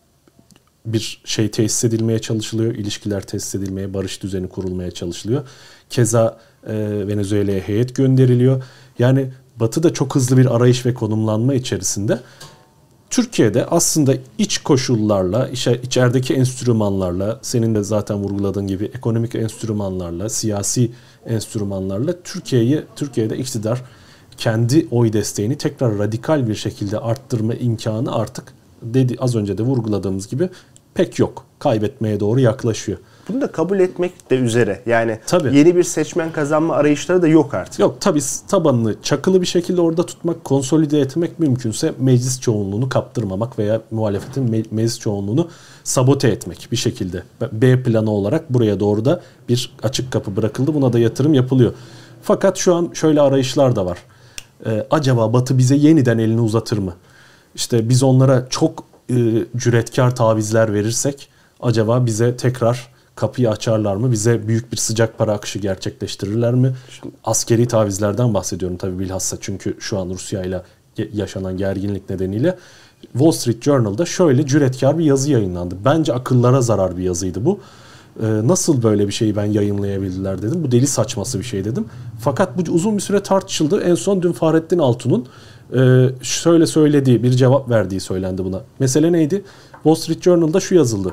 bir şey tesis edilmeye çalışılıyor. İlişkiler tesis edilmeye, barış düzeni kurulmaya çalışılıyor. Keza e, Venezuela'ya heyet gönderiliyor. Yani Batı da çok hızlı bir arayış ve konumlanma içerisinde. Türkiye'de aslında iç koşullarla, içerideki enstrümanlarla, senin de zaten vurguladığın gibi ekonomik enstrümanlarla, siyasi enstrümanlarla Türkiye'yi Türkiye'de iktidar kendi oy desteğini tekrar radikal bir şekilde arttırma imkanı artık dedi az önce de vurguladığımız gibi pek yok. Kaybetmeye doğru yaklaşıyor. Bunu da kabul etmek de üzere. Yani tabii. Yeni bir seçmen kazanma arayışları da yok artık. Yok tabii, tabanını çakılı bir şekilde orada tutmak, konsolide etmek mümkünse meclis çoğunluğunu kaptırmamak veya muhalefetin me- meclis çoğunluğunu sabote etmek bir şekilde. B planı olarak buraya doğru da bir açık kapı bırakıldı. Buna da yatırım yapılıyor. Fakat şu an şöyle arayışlar da var. Ee, acaba Batı bize yeniden elini uzatır mı? İşte biz onlara çok e, cüretkar tavizler verirsek acaba bize tekrar kapıyı açarlar mı? Bize büyük bir sıcak para akışı gerçekleştirirler mi? Askeri tavizlerden bahsediyorum tabii bilhassa, çünkü şu an Rusya ile yaşanan gerginlik nedeniyle. Wall Street Journal'da şöyle cüretkar bir yazı yayınlandı. Bence akıllara zarar bir yazıydı bu. Ee, nasıl böyle bir şeyi ben yayınlayabildiler dedim. Bu deli saçması bir şey dedim. Fakat bu uzun bir süre tartışıldı. En son dün Fahrettin Altun'un e, şöyle söylediği, bir cevap verdiği söylendi buna. Mesele neydi? Wall Street Journal'da şu yazıldı.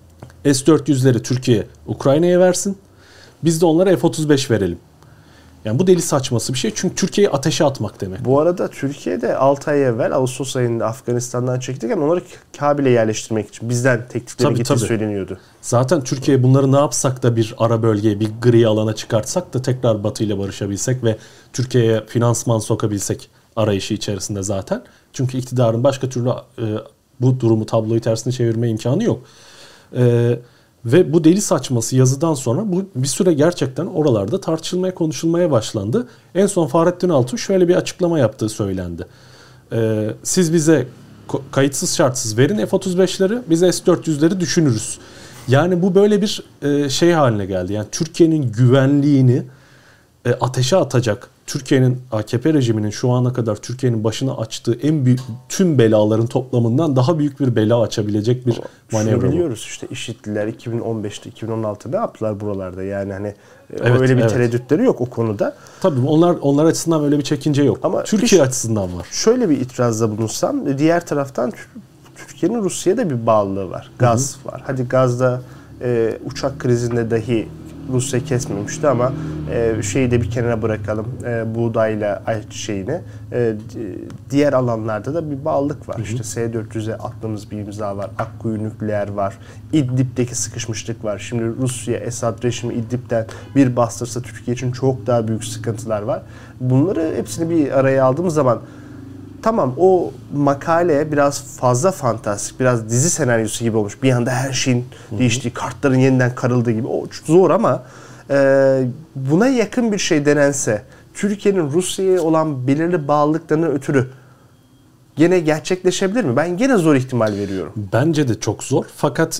S dört yüzleri Türkiye Ukrayna'ya versin. Biz de onlara F otuz beş verelim. Yani bu deli saçması bir şey. Çünkü Türkiye'yi ateşe atmak demek. Bu arada Türkiye'de altı ay evvel Ağustos ayında Afganistan'dan çekilirken onları Kabil'e yerleştirmek için bizden teklifleri gittiği söyleniyordu. Zaten Türkiye bunları ne yapsak da bir ara bölgeye, bir gri alana çıkartsak da tekrar Batı ile barışabilsek ve Türkiye'ye finansman sokabilsek arayışı içerisinde zaten. Çünkü iktidarın başka türlü e, bu durumu, tabloyu tersine çevirme imkanı yok. Ee, ve bu deli saçması yazıdan sonra bu bir süre gerçekten oralarda tartışılmaya, konuşulmaya başlandı. En son Fahrettin Altun şöyle bir açıklama yaptığı söylendi. Ee, siz bize kayıtsız şartsız verin F otuz beşleri, biz S dört yüzleri düşünürüz. Yani bu böyle bir e, şey haline geldi. Yani Türkiye'nin güvenliğini e, ateşe atacak, Türkiye'nin, A K P rejiminin şu ana kadar Türkiye'nin başına açtığı en büyük tüm belaların toplamından daha büyük bir bela açabilecek bir manevra bu. Biliyoruz işte IŞİD'liler iki bin on beşte iki bin on altıda ne yaptılar buralarda, yani hani evet, öyle bir evet. tereddütleri yok o konuda. Tabii onlar onlar açısından öyle bir çekince yok. Ama Türkiye açısından var. Şöyle bir itirazda bulunsam, diğer taraftan Türkiye'nin Rusya'ya da bir bağlılığı var. Gaz Hı-hı. var. Hadi gazda e, uçak krizinde dahi Rusya kesmemişti ama e, şeyi de bir kenara bırakalım. E, buğdayla şeyini. E, diğer alanlarda da bir bağlılık var. Hı hı. İşte S dört yüze attığımız bir imza var. Akkuyu nükleer var. İdlib'deki sıkışmışlık var. Şimdi Rusya, Esad rejimi İdlib'den bir bastırsa Türkiye için çok daha büyük sıkıntılar var. Bunları hepsini bir araya aldığımız zaman tamam, o makale biraz fazla fantastik, biraz dizi senaryosu gibi olmuş. Bir anda her şeyin Hı-hı. değiştiği, kartların yeniden karıldığı gibi. O zor ama e, buna yakın bir şey denense, Türkiye'nin Rusya'ya olan belirli bağlılıklarının ötürü gene gerçekleşebilir mi? Ben gene zor ihtimal veriyorum. Bence de çok zor. Fakat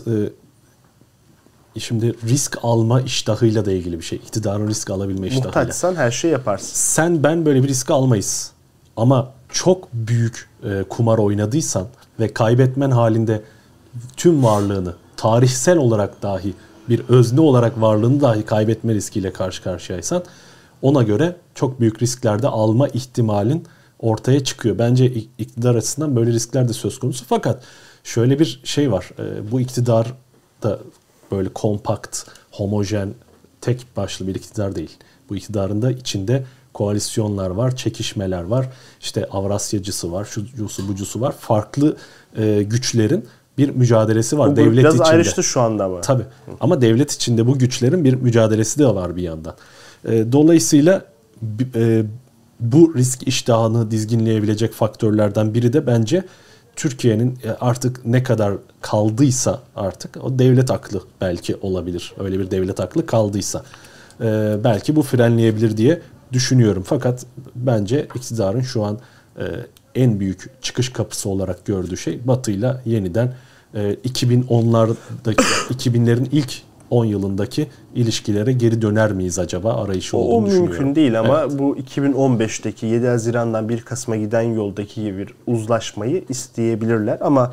e, şimdi risk alma iştahıyla da ilgili bir şey. İktidarın risk alabilme iştahıyla. Muhtaçsan her şeyi yaparsın. Sen, ben böyle bir riski almayız. Ama çok büyük e, kumar oynadıysan ve kaybetmen halinde tüm varlığını, tarihsel olarak dahi bir özne olarak varlığını dahi kaybetme riskiyle karşı karşıyaysan, ona göre çok büyük risklerde alma ihtimalin ortaya çıkıyor. Bence iktidar açısından böyle riskler de söz konusu. Fakat şöyle bir şey var. E, bu iktidar da böyle kompakt, homojen, tek başlı bir iktidar değil. Bu iktidarın da içinde koalisyonlar var, çekişmeler var. İşte Avrasyacısı var, şucusu bucusu var. Farklı e, güçlerin bir mücadelesi var. Bu devlet biraz içinde. ayrıştı şu anda ama. Tabii. Ama devlet içinde bu güçlerin bir mücadelesi de var bir yandan. E, dolayısıyla e, bu risk iştahını dizginleyebilecek faktörlerden biri de bence Türkiye'nin artık ne kadar kaldıysa artık o devlet aklı belki olabilir. Öyle bir devlet aklı kaldıysa e, belki bu frenleyebilir diye düşünüyorum. Fakat bence iktidarın şu an e, en büyük çıkış kapısı olarak gördüğü şey Batı'yla yeniden e, iki bin onlardaki iki binlerin ilk on yılındaki ilişkilere geri döner miyiz acaba arayışı olduğunu o, o düşünüyorum. mümkün değil ama evet. Bu iki bin on beşteki yedi Haziran'dan bir Kasım'a giden yoldaki gibi bir uzlaşmayı isteyebilirler ama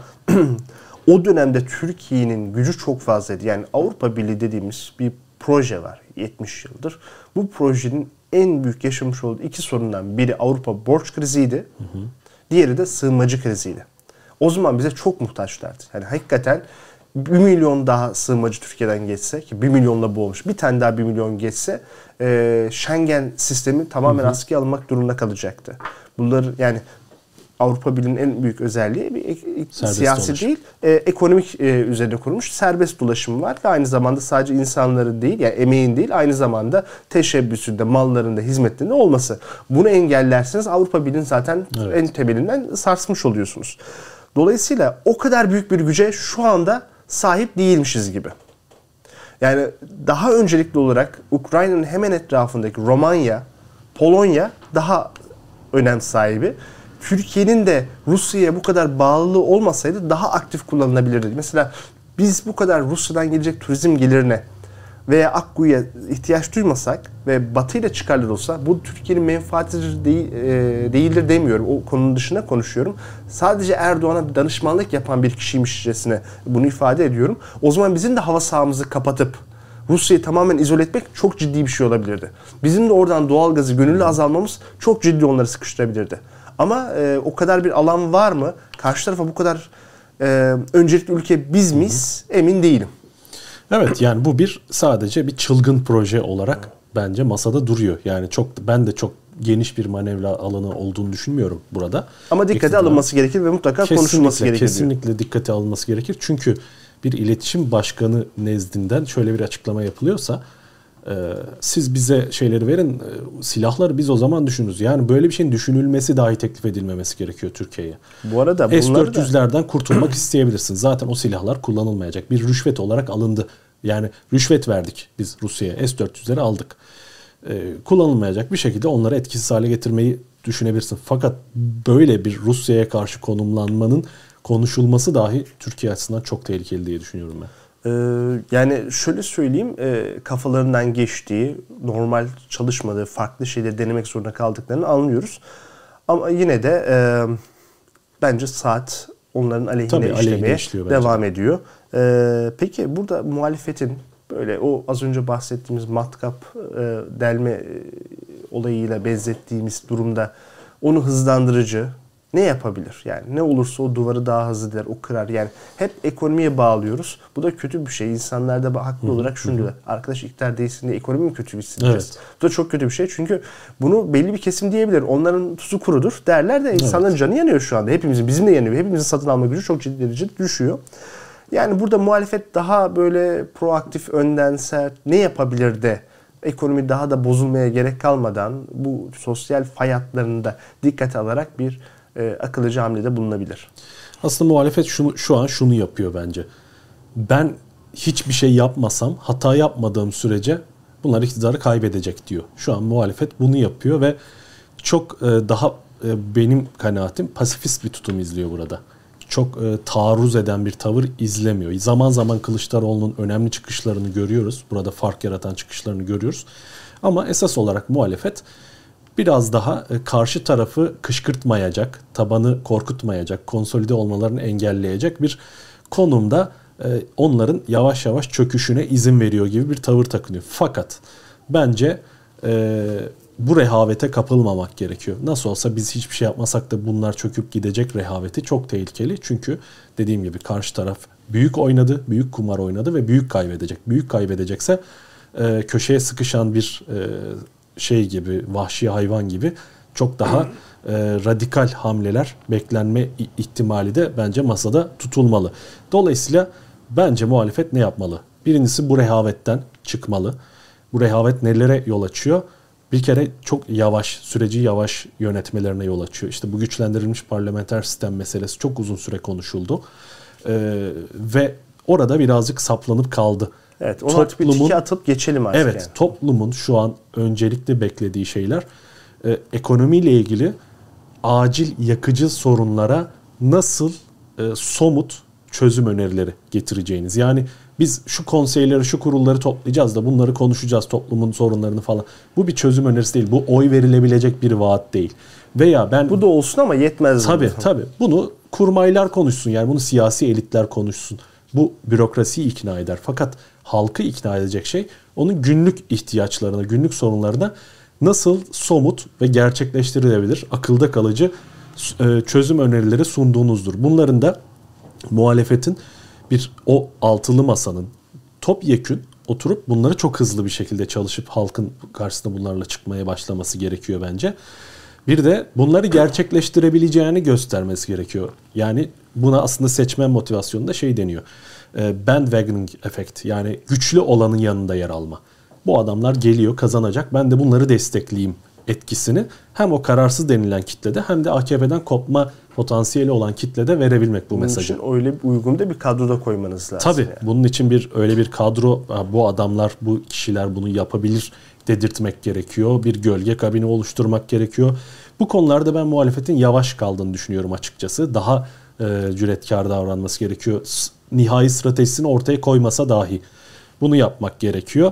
o dönemde Türkiye'nin gücü çok fazlaydı. Yani Avrupa Birliği dediğimiz bir proje var yetmiş yıldır. Bu projenin en büyük yaşamış olduğu iki sorundan biri Avrupa borç kriziydi. Hı hı. Diğeri de sığınmacı kriziydi. O zaman bize çok muhtaçlardı. Yani hakikaten bir milyon daha sığınmacı Türkiye'den geçse ki bir milyonla bu olmuş. Bir tane daha bir milyon geçse e, Schengen sistemi tamamen hı hı. askıya alınmak durumunda kalacaktı. Bunları yani Avrupa Birliği'nin en büyük özelliği bir serbest siyasi dolaşım. değil, e, ekonomik e, üzerine kurulmuş serbest dolaşım var. Ve aynı zamanda sadece insanların değil, yani emeğin değil, aynı zamanda teşebbüsünde, mallarında, hizmetlerinde olması. Bunu engellerseniz Avrupa Birliği'nin zaten evet. en temelinden sarsmış oluyorsunuz. Dolayısıyla o kadar büyük bir güce şu anda sahip değilmişiz gibi. Yani daha öncelikli olarak Ukrayna'nın hemen etrafındaki Romanya, Polonya daha önem sahibi. Türkiye'nin de Rusya'ya bu kadar bağlılığı olmasaydı daha aktif kullanılabilirdi. Mesela biz bu kadar Rusya'dan gelecek turizm gelirine veya Akkuyu'ya ihtiyaç duymasak ve Batı ile çıkarlar olsa bu Türkiye'nin menfaatidir değil, e, değildir demiyorum. O konunun dışına konuşuyorum. Sadece Erdoğan'a danışmanlık yapan bir kişiymişçesine bunu ifade ediyorum. O zaman bizim de hava sahamızı kapatıp Rusya'yı tamamen izole etmek çok ciddi bir şey olabilirdi. Bizim de oradan doğalgazı gönüllü azalmamız çok ciddi onları sıkıştırabilirdi. Ama e, o kadar bir alan var mı? Karşı tarafa bu kadar e, öncelikli ülke biz miyiz? Emin değilim. Evet, yani bu bir sadece bir çılgın proje olarak bence masada duruyor. Yani çok ben de çok geniş bir manevra alanı olduğunu düşünmüyorum burada. Ama dikkate İktidar. alınması gerekir ve mutlaka kesinlikle, konuşulması gerekir. Kesinlikle diyor. Dikkate alınması gerekir. Çünkü bir iletişim başkanı nezdinden şöyle bir açıklama yapılıyorsa Ee, siz bize şeyleri verin, e, silahları biz o zaman düşünürüz. Yani böyle bir şeyin düşünülmesi dahi teklif edilmemesi gerekiyor Türkiye'ye. Bu arada S dört yüzlerden da... kurtulmak isteyebilirsiniz. Zaten o silahlar kullanılmayacak. Bir rüşvet olarak alındı. Yani rüşvet verdik biz Rusya'ya. S dört yüzleri aldık. Ee, kullanılmayacak bir şekilde onları etkisiz hale getirmeyi düşünebilirsin. Fakat böyle bir Rusya'ya karşı konumlanmanın konuşulması dahi Türkiye açısından çok tehlikeli diye düşünüyorum ben. Yani şöyle söyleyeyim, kafalarından geçtiği, normal çalışmadığı, farklı şeyleri denemek zorunda kaldıklarını anlıyoruz. Ama yine de e, bence saat onların aleyhine Tabii, işlemeye aleyhine devam bence. ediyor. E, peki burada muhalefetin böyle o az önce bahsettiğimiz matkap e, delme e, olayıyla benzettiğimiz durumda onu hızlandırıcı ne yapabilir? Yani ne olursa o duvarı daha hızlı der, o kırar. Yani hep ekonomiye bağlıyoruz. Bu da kötü bir şey. İnsanlar da haklı hı, olarak şunu hı. diyorlar. Arkadaş iktidar değilsin diye ekonomi mi kötü hissedeceğiz? Evet. Bu da çok kötü bir şey. Çünkü bunu belli bir kesim diyebilir. Onların tuzu kurudur derler de insanların evet. canı yanıyor şu anda. Hepimizin, bizim de yanıyor. Hepimizin satın alma gücü çok ciddi derecede düşüyor. Yani burada muhalefet daha böyle proaktif, önden sert ne yapabilir de ekonomi daha da bozulmaya gerek kalmadan bu sosyal fay hatlarını da dikkate alarak bir E, akıllıca hamlede bulunabilir. Aslında muhalefet şunu, şu an şunu yapıyor bence. Ben hiçbir şey yapmasam, hata yapmadığım sürece bunlar iktidarı kaybedecek diyor. Şu an muhalefet bunu yapıyor ve çok e, daha e, benim kanaatim pasifist bir tutum izliyor burada. Çok e, taarruz eden bir tavır izlemiyor. Zaman zaman Kılıçdaroğlu'nun önemli çıkışlarını görüyoruz. Burada fark yaratan çıkışlarını görüyoruz. Ama esas olarak muhalefet biraz daha karşı tarafı kışkırtmayacak, tabanı korkutmayacak, konsolide olmalarını engelleyecek bir konumda onların yavaş yavaş çöküşüne izin veriyor gibi bir tavır takınıyor. Fakat bence bu rehavete kapılmamak gerekiyor. Nasıl olsa biz hiçbir şey yapmasak da bunlar çöküp gidecek rehaveti çok tehlikeli. Çünkü dediğim gibi karşı taraf büyük oynadı, büyük kumar oynadı ve büyük kaybedecek. Büyük kaybedecekse köşeye sıkışan bir şey gibi, vahşi hayvan gibi çok daha e, radikal hamleler beklenme ihtimali de bence masada tutulmalı. Dolayısıyla bence muhalefet ne yapmalı? Birincisi bu rehavetten çıkmalı. Bu rehavet nelere yol açıyor? Bir kere çok yavaş, süreci yavaş yönetmelerine yol açıyor. İşte bu güçlendirilmiş parlamenter sistem meselesi çok uzun süre konuşuldu. Ee, ve orada birazcık saplanıp kaldı. Evet, onu artık bir tiki atıp geçelim artık. Evet, yani. Toplumun şu an öncelikle beklediği şeyler e, ekonomiyle ilgili acil yakıcı sorunlara nasıl e, somut çözüm önerileri getireceğiniz. Yani biz şu konseyleri, şu kurulları toplayacağız da bunları konuşacağız, toplumun sorunlarını falan. Bu bir çözüm önerisi değil. Bu oy verilebilecek bir vaat değil. Veya ben bu da olsun ama yetmez. Tabii bunu. tabii. Bunu kurmaylar konuşsun. Yani bunu siyasi elitler konuşsun. Bu bürokrasiyi ikna eder. Fakat halkı ikna edecek şey onun günlük ihtiyaçlarına, günlük sorunlarına nasıl somut ve gerçekleştirilebilir, akılda kalıcı çözüm önerileri sunduğunuzdur. Bunların da muhalefetin bir o altılı masanın topyekün oturup bunları çok hızlı bir şekilde çalışıp halkın karşısına bunlarla çıkmaya başlaması gerekiyor bence. Bir de bunları gerçekleştirebileceğini göstermesi gerekiyor. Yani buna aslında seçmen motivasyonunda şey deniyor. Bandwagoning efekt, yani güçlü olanın yanında yer alma. Bu adamlar geliyor, kazanacak, ben de bunları destekleyeyim etkisini hem o kararsız denilen kitlede hem de A K P'den kopma potansiyeli olan kitlede verebilmek bu bunun mesajı. Bunun için öyle bir uygun da bir kadroda koymanız lazım. Tabii yani. Bunun için bir öyle bir kadro, bu adamlar, bu kişiler bunu yapabilir dedirtmek gerekiyor. Bir gölge kabini oluşturmak gerekiyor. Bu konularda ben muhalefetin yavaş kaldığını düşünüyorum açıkçası. Daha e, cüretkar davranması gerekiyor. Nihai stratejisini ortaya koymasa dahi bunu yapmak gerekiyor.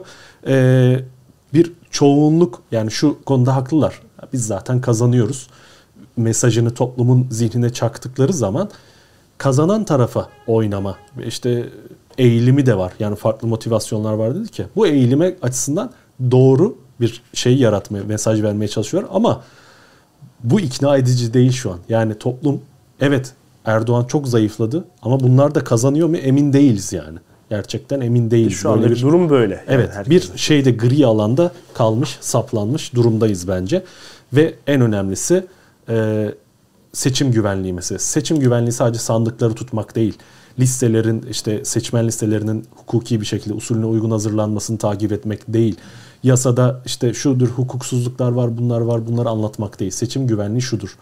E, bir çoğunluk, yani şu konuda haklılar. Biz zaten kazanıyoruz mesajını toplumun zihnine çaktıkları zaman kazanan tarafa oynama, işte eğilimi de var. Yani farklı motivasyonlar var dedi ki. Bu eğilime açısından doğru bir şey yaratmaya, mesaj vermeye çalışıyor ama bu ikna edici değil şu an. Yani toplum, evet Erdoğan çok zayıfladı ama bunlar da kazanıyor mu emin değiliz yani. Gerçekten emin değiliz. Şu anda bir durum böyle. Yani evet, bir şeyde gri alanda kalmış, saplanmış durumdayız bence. Ve en önemlisi e, seçim güvenliği meselesi. Seçim güvenliği sadece sandıkları tutmak değil. Listelerin, işte seçmen listelerinin hukuki bir şekilde usulüne uygun hazırlanmasını takip etmek değil. Yasada işte şudur, hukuksuzluklar var, bunlar var, bunları anlatmak değil. Seçim güvenliği şudur.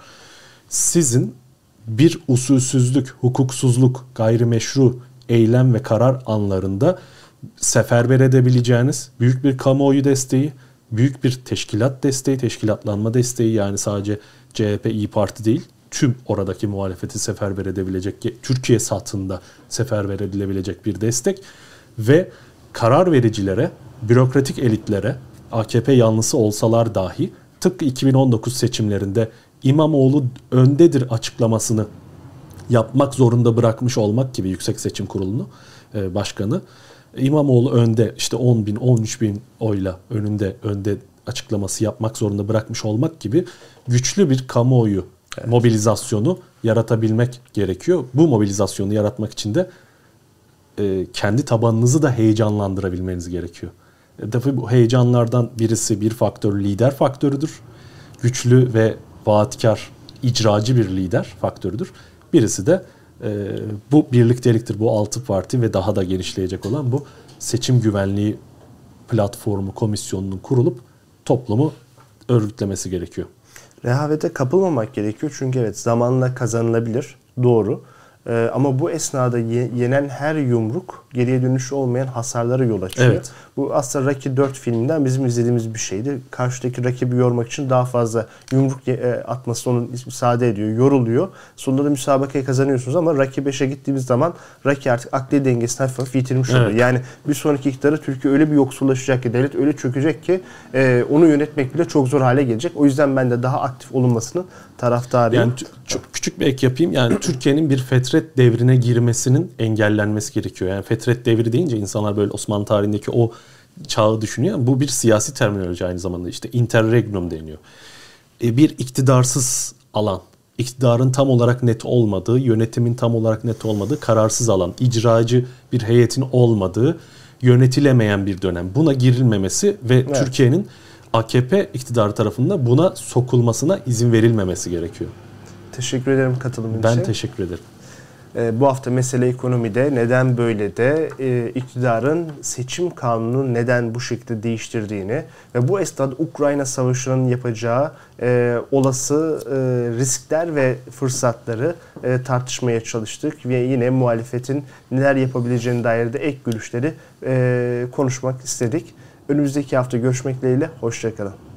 Sizin bir usulsüzlük, hukuksuzluk, gayrimeşru eylem ve karar anlarında seferber edebileceğiniz büyük bir kamuoyu desteği, büyük bir teşkilat desteği, teşkilatlanma desteği, yani sadece C H P, İYİ Parti değil, tüm oradaki muhalefeti seferber edebilecek, Türkiye satında seferber edilebilecek bir destek ve karar vericilere, bürokratik elitlere, A K P yanlısı olsalar dahi tıpkı iki bin on dokuz seçimlerinde İmamoğlu öndedir açıklamasını yapmak zorunda bırakmış olmak gibi Yüksek Seçim Kurulu'nu, e, başkanı, İmamoğlu önde, işte on bin, on üç bin oyla önünde önde açıklaması yapmak zorunda bırakmış olmak gibi güçlü bir kamuoyu evet. mobilizasyonu yaratabilmek gerekiyor. Bu mobilizasyonu yaratmak için de e, kendi tabanınızı da heyecanlandırabilmeniz gerekiyor. E, tabii bu heyecanlardan birisi, bir faktör lider faktörüdür. Güçlü ve vaatkar, icracı bir lider faktörüdür. Birisi de e, bu birlikteliktir. Bu altı parti ve daha da genişleyecek olan bu seçim güvenliği platformu, komisyonunun kurulup toplumu örgütlemesi gerekiyor. Rehavete kapılmamak gerekiyor. Çünkü evet, zamanla kazanılabilir. Doğru. Ee, ama bu esnada ye- yenen her yumruk geriye dönüşü olmayan hasarlara yol açıyor. Evet. Bu aslında Rocky dört filminden bizim izlediğimiz bir şeydi. Karşıdaki rakibi yormak için daha fazla yumruk e, atması onu müsaade ediyor, yoruluyor. Sonunda da müsabakayı kazanıyorsunuz ama Rocky beşe gittiğimiz zaman Rocky artık akli dengesini hafif hafif yitirmiş oluyor. Evet. Yani bir sonraki iktidarı Türkiye öyle bir yoksullaşacak ki, devlet öyle çökecek ki e, onu yönetmek bile çok zor hale gelecek. O yüzden ben de daha aktif olunmasının taraftarıyım. Yani t- çok küçük bir ek yapayım. Yani Türkiye'nin bir fetret devrine girmesinin engellenmesi gerekiyor. Yani fetret devri deyince insanlar böyle Osmanlı tarihindeki o çağı düşünüyor. Bu bir siyasi terminoloji aynı zamanda. İşte interregnum deniyor. E, bir iktidarsız alan, iktidarın tam olarak net olmadığı, yönetimin tam olarak net olmadığı kararsız alan, icracı bir heyetin olmadığı, yönetilemeyen bir dönem. Buna girilmemesi ve evet. Türkiye'nin A K P iktidarı tarafından buna sokulmasına izin verilmemesi gerekiyor. Teşekkür ederim katılımın için. Ben teşekkür ederim. Bu hafta Mesele Ekonomi'de neden böyle de e, iktidarın seçim kanununu neden bu şekilde değiştirdiğini ve bu esnada Ukrayna Savaşı'nın yapacağı e, olası e, riskler ve fırsatları e, tartışmaya çalıştık ve yine muhalefetin neler yapabileceğine dair de ek görüşleri e, konuşmak istedik. Önümüzdeki hafta görüşmek dileğiyle, hoşça kalın.